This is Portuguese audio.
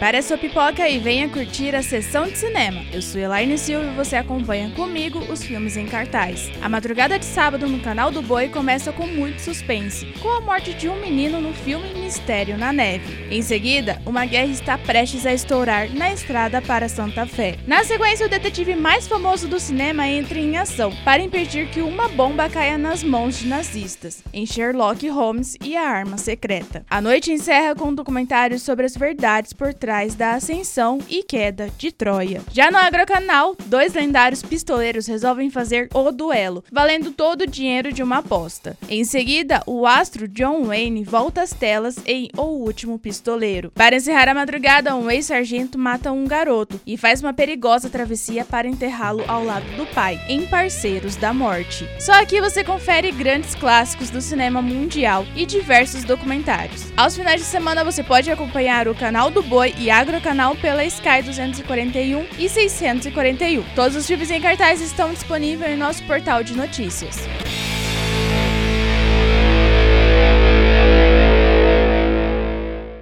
Prepare a sua pipoca e venha curtir a sessão de cinema. Eu sou Elaine Silva e você acompanha comigo os filmes em cartaz. A madrugada de sábado no canal do Boi começa com muito suspense, com a morte de um menino no filme Mistério na Neve. Em seguida, uma guerra está prestes a estourar na estrada para Santa Fé. Na sequência, o detetive mais famoso do cinema entra em ação para impedir que uma bomba caia nas mãos de nazistas, em Sherlock Holmes e a Arma Secreta. A noite encerra com um documentário sobre as verdades por trás da ascensão e queda de Troia. Já no Agrocanal, dois lendários pistoleiros resolvem fazer o duelo, valendo todo o dinheiro de uma aposta. Em seguida, o astro John Wayne volta às telas em O Último Pistoleiro. Para encerrar a madrugada, um ex-sargento mata um garoto e faz uma perigosa travessia para enterrá-lo ao lado do pai, em Parceiros da Morte. Só aqui você confere grandes clássicos do cinema mundial e diversos documentários. Aos finais de semana você pode acompanhar o Canal do Boi e Agrocanal pela Sky 241 e 641. Todos os filmes em cartaz estão disponíveis em nosso portal de notícias.